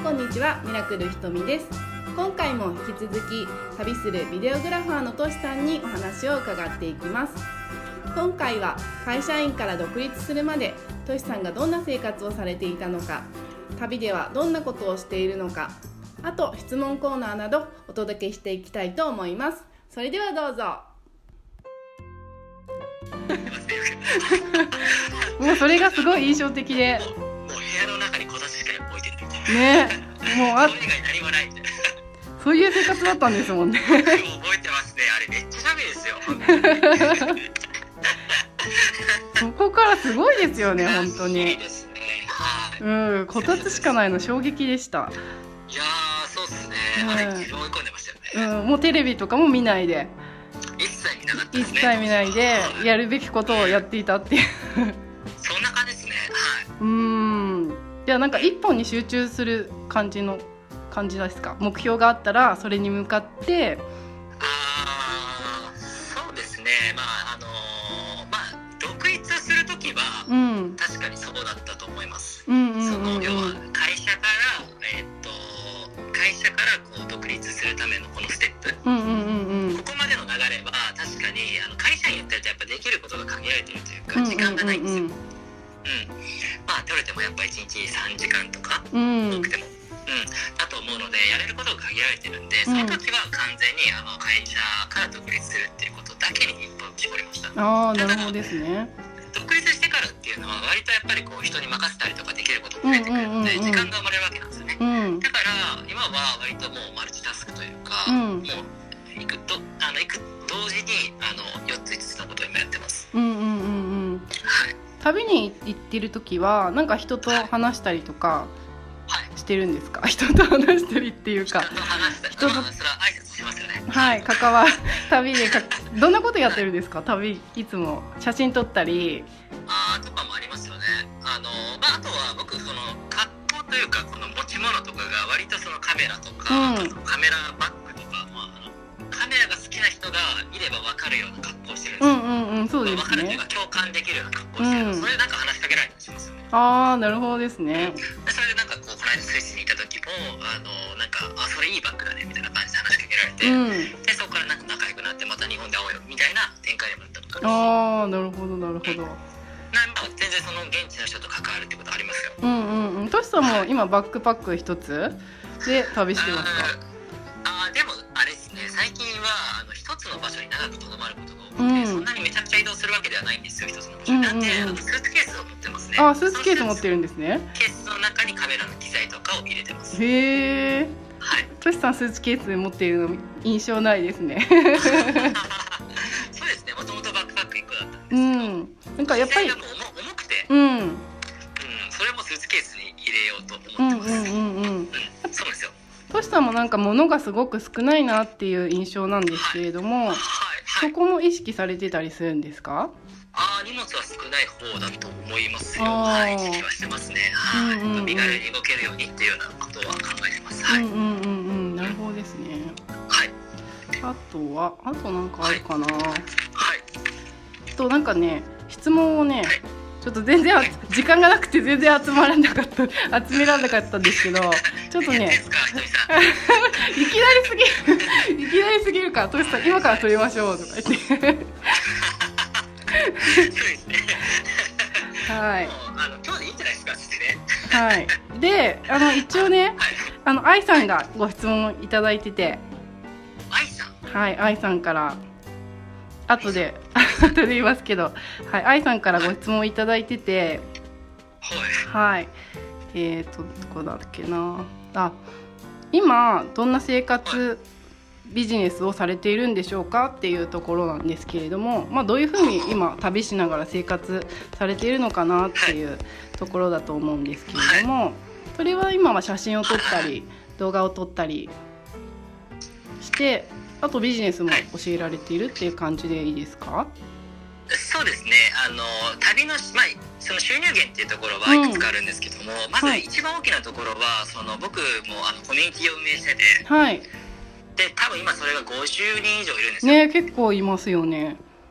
こんにちは、ミラクルひとみです。今回も引き続き旅するビデオグラファーのとしさんにお話を伺っていきます。今回は会社員から独立するまでとしさんがどんな生活をされていたのか、旅ではどんなことをしているのか、あと質問コーナーなどお届けしていきたいと思います。それではどうぞ。もうそれがすごい印象的で、 もう部屋の中にこたつしか置いてないみたいなね、もうそれ以外何もないみたいなそういう生活だったんですもんね。 覚えてますね。あれめっちゃ寒いですよそこからすごいですよね、本当に。 いいですね。はい。 こたつしかないの衝撃でした。 いやー、そうですね。あれ自分追い込んでましたよね。 もうテレビとかも見ないで、 一切見なかったですね。 一切見ないでやるべきことをやっていたっていうそんな感じですね。 はい。じゃあなんか一本に集中する感じですか？目標があったらそれに向かって。 そうですね。独立するときは、確かにそうだったと思います。要は会社からこう独立するためのこのステップ、ここまでの流れは確かに会社員やってるとやっぱできることが限られてるというか、時間がないんですよ。取れてもやっぱ1日3時間とか、多くても、だと思うので、やれることが限られてるんで、その時は完全に会社から独立するっていうことだけに一本絞りました。 なるほどですね。 独立してからっていうのは割とやっぱりこう人に任せたりとかできることも増えてくるので、時間が生まれるわけなんですよね。だから今は割ともうマルチタスクというか、もう行く同時に4つ5つのことを今やってます。旅に行ってる時はなんか人と話したりとかしてるんですか？人と話したりっていうか、人とそれは挨拶しますよね。はい、旅でどんなことやってるんですか？旅いつも写真撮ったりとかもありますよね。あとは僕その格好というかこの持ち物とかが割とそのカメラとか、カメラバッグとか、カメラが好きな人が見れば分かるような格好をしてるんですよ。そうですね。分かるというか共感できるような格好をしてる。それでなんか話しかけられたりしますよね。 なるほどですね。 それでなんかこの間スイスにいた時もなんかそれいいバッグだねみたいな感じで話しかけられて、でそこからなんか仲良くなってまた日本で会おうよみたいな展開にもなったとか。なるほどなるほど。全然その現地の人と関わるってことありますよ。トシさんも今バックパック一つで旅してますか？でもあれですね、最近は一つの場所に長くとどまることが多くて、そんなにめちゃくちゃ移動するわけではないんですよ、一つの場所に。なんでスーツケースを持ってますね。スーツケース持ってるんですね。ケースの中にカメラの機材とかを入れてます。へー。はい。トシさんスーツケース持っているの印象ないですね。そうですね、もともとバックパック1個だったんですけど、なんかやっぱり重くて、それもスーツケースに入れようと思ってます。そうですよ。トシさんもなんか物がすごく少ないなっていう印象なんですけれども、そこも意識されてたりするんですか？荷物は少ない方だと思いますよ。意識はしてますね。身軽に動けるようにっていうようなことは考えてます。なるほどですね。あとなんかあるかな。なんかね、質問をね、ちょっと全然時間がなくて全然集められなかったんですけど、ちょっとねいきなりすぎるから、トシさん今から撮りましょうとか言ってそうですね。はい。今日でいいんじゃないですかってね。はい。で、一応ね、愛さんがご質問いただいてて、愛さん。はい、愛さんから後で言いますけど、はい、愛さんからご質問いただいてて、はい。どこだっけな。今どんな生活ビジネスをされているんでしょうかっていうところなんですけれども、どういうふうに今旅しながら生活されているのかなっていうところだと思うんですけれども、それは今は写真を撮ったり動画を撮ったりして、あとビジネスも教えられているっていう感じでいいですか？そうですね。旅の、その収入源っていうところはいくつかあるんですけども、まず一番大きなところは僕もコミュニティを運営してて、で多分今それが50人以上いるんですよ。ね、結構いますよね。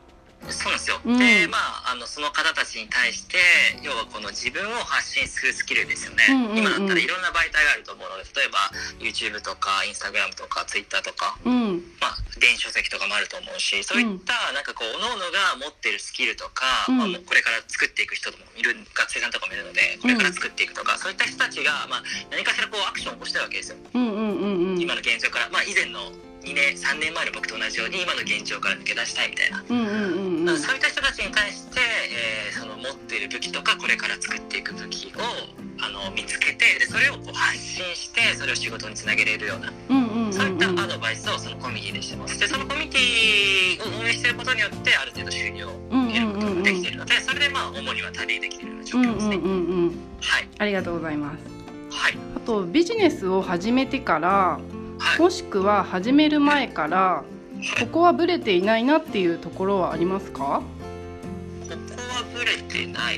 そうなんですよ、 うんでその方たちに対して要はこの自分を発信するスキルですよね、今だったらいろんな媒体があると思うので、例えば YouTube とか Instagram とか Twitter とか、電子書籍とかもあると思うし、そういったなんかこう各々が持ってるスキルとか、もうこれから作っていく人もいる、学生さんとかもいるのでこれから作っていくとか、そういった人たちが、何かしらこうアクションを起こしてるわけですよ、今の現状から、以前の2年3年前の僕と同じように今の現状から抜け出したいみたいな、そういった人たちに対して、その持っている武器とかこれから作っていく武器を見つけて、でそれをこう発信してそれを仕事につなげれるような、そういったアドバイスをそのコミュニティでしてます。でそのコミュニティを運営していることによってある程度収入を得ることができているので、それで主には旅できているような状況ですね。はい、 ありがとうございます。 はい、 あとビジネスを始めてから、 はい、 もしくは始める前からここはブレていないなっていうところはありますか？ ここはブレてない、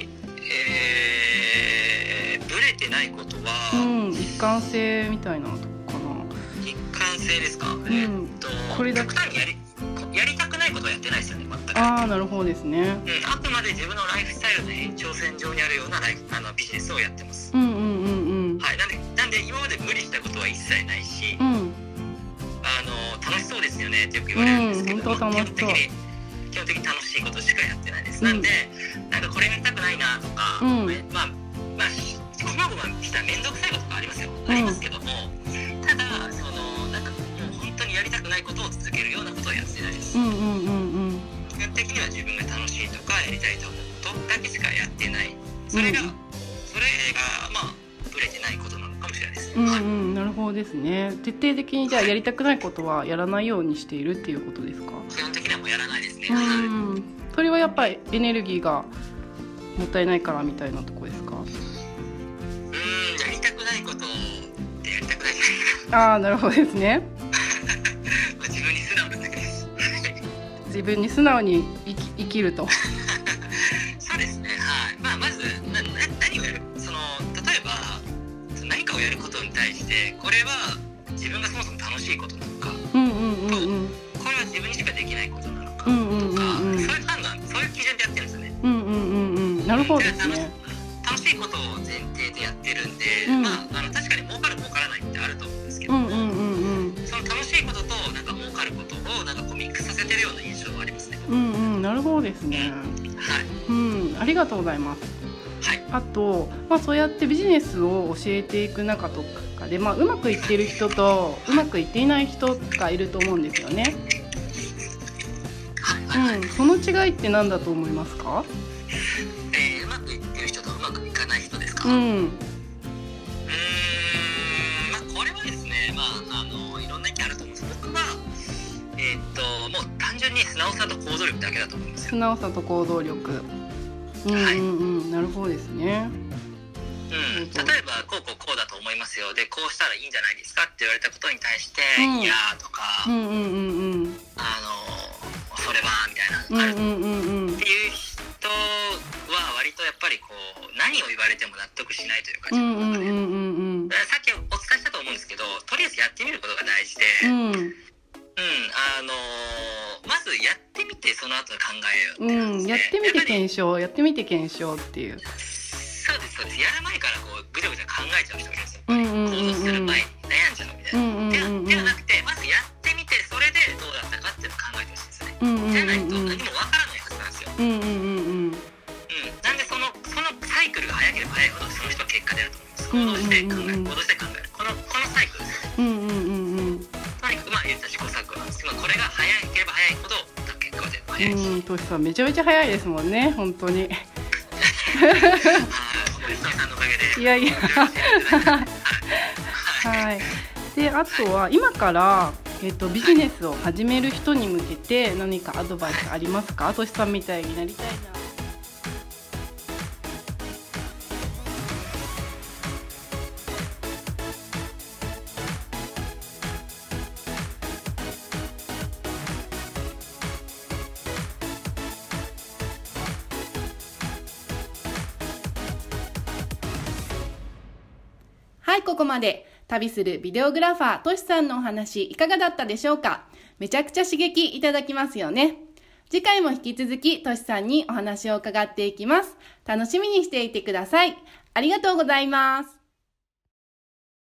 ブレてないことは、 一貫性みたいなとこかな。 一貫性ですか？ これだけ極端にやりたくないことはやってないですよね、全く。 なるほどですね。 あくまで自分のライフスタイルの延長線上にあるようなビジネスをやってます。はい、なんで今まで無理したことは一切ないし、楽しそうですよねってよく言われるんですけど、基本的に楽しいことしかやってないです。なんでなんかこれやりたくないなとか、こまごました面倒くさいことがありますよ、ありますけども、ただなんかもう本当にやりたくないことを続けるようなことはやってないです。基本的には自分が楽しいとかやりたいと思うことだけしかやってない。それがブレてないことなのかもしれないですね。 なるほどですね。徹底的にじゃあやりたくないことはやらないようにしているっていうことですか？ 基本的にはもうやらないですね。 それはやっぱりエネルギーがもったいないからみたいなとこですか？ やりたくないことってやりたくないじゃない。 なるほどですね。 自分に素直なだけです。 自分に素直に生きると。 そうですね。はい。まず何をやる、例えば何かをやることに対してこれは自分がそもそも楽しいことなのか、これは自分にしかできないことなのかとか、そういう判断、そういう基準でやってるんですよね。 なるほどですね。 楽しいことを前提でやってるんで、確かに儲かる儲からないってあると思うんですけども、その楽しいこととなんか儲かることをなんかこうミックスさせてるような印象はありますね。 なるほどですね。ありがとうございます。あと、そうやってビジネスを教えていく中とかで、うまくいっている人とうまくいっていない人がいると思うんですよね。その違いって何だと思いますか？ うまくいってる人とうまくいかない人ですか？これはですね、いろんな意見あると思うんです。僕はもう単純に素直さと行動力だけだと思うんですよ。 素直さと行動力。なるほどですね。 例えばこうだと思いますよ、でこうしたらいいんじゃないですかって言われたことに対して、いやーとか、それはみたいなっていう人は割とやっぱりこう何を言われても納得しないというか、自分の中で、さっきお伝えしたと思うんですけど、とりあえずやってみることが大事で、まずやってみてその後考えようって、 やってみて検証っていう。 そうです。やる前からこうぐちゃぐちゃ考えちゃう人がいるんですよ。行動する前に悩んじゃうみたいな。ではなくて、まずやってみてそれでどうだったかっていうのを考えてほしいですね。じゃないと何もわからないはずなんですよ。なんでそのサイクルが早ければ早いほどその人は結果出ると思います。行動して考える。このサイクルですね。とにかく言った試行錯誤なんですけど、これが早ければ早いほど結果が出るのが早いし。 トシさんめちゃめちゃ早いですもんね、本当に。いやで、あとは今からビジネスを始める人に向けて何かアドバイスありますか？トシさんみたいになりたいな。 ここまで旅するビデオグラファートシさんのお話いかがだったでしょうか？めちゃくちゃ刺激いただきますよね。 次回も引き続きとしさんにお話を伺っていきます。楽しみにしていてください。ありがとうございます。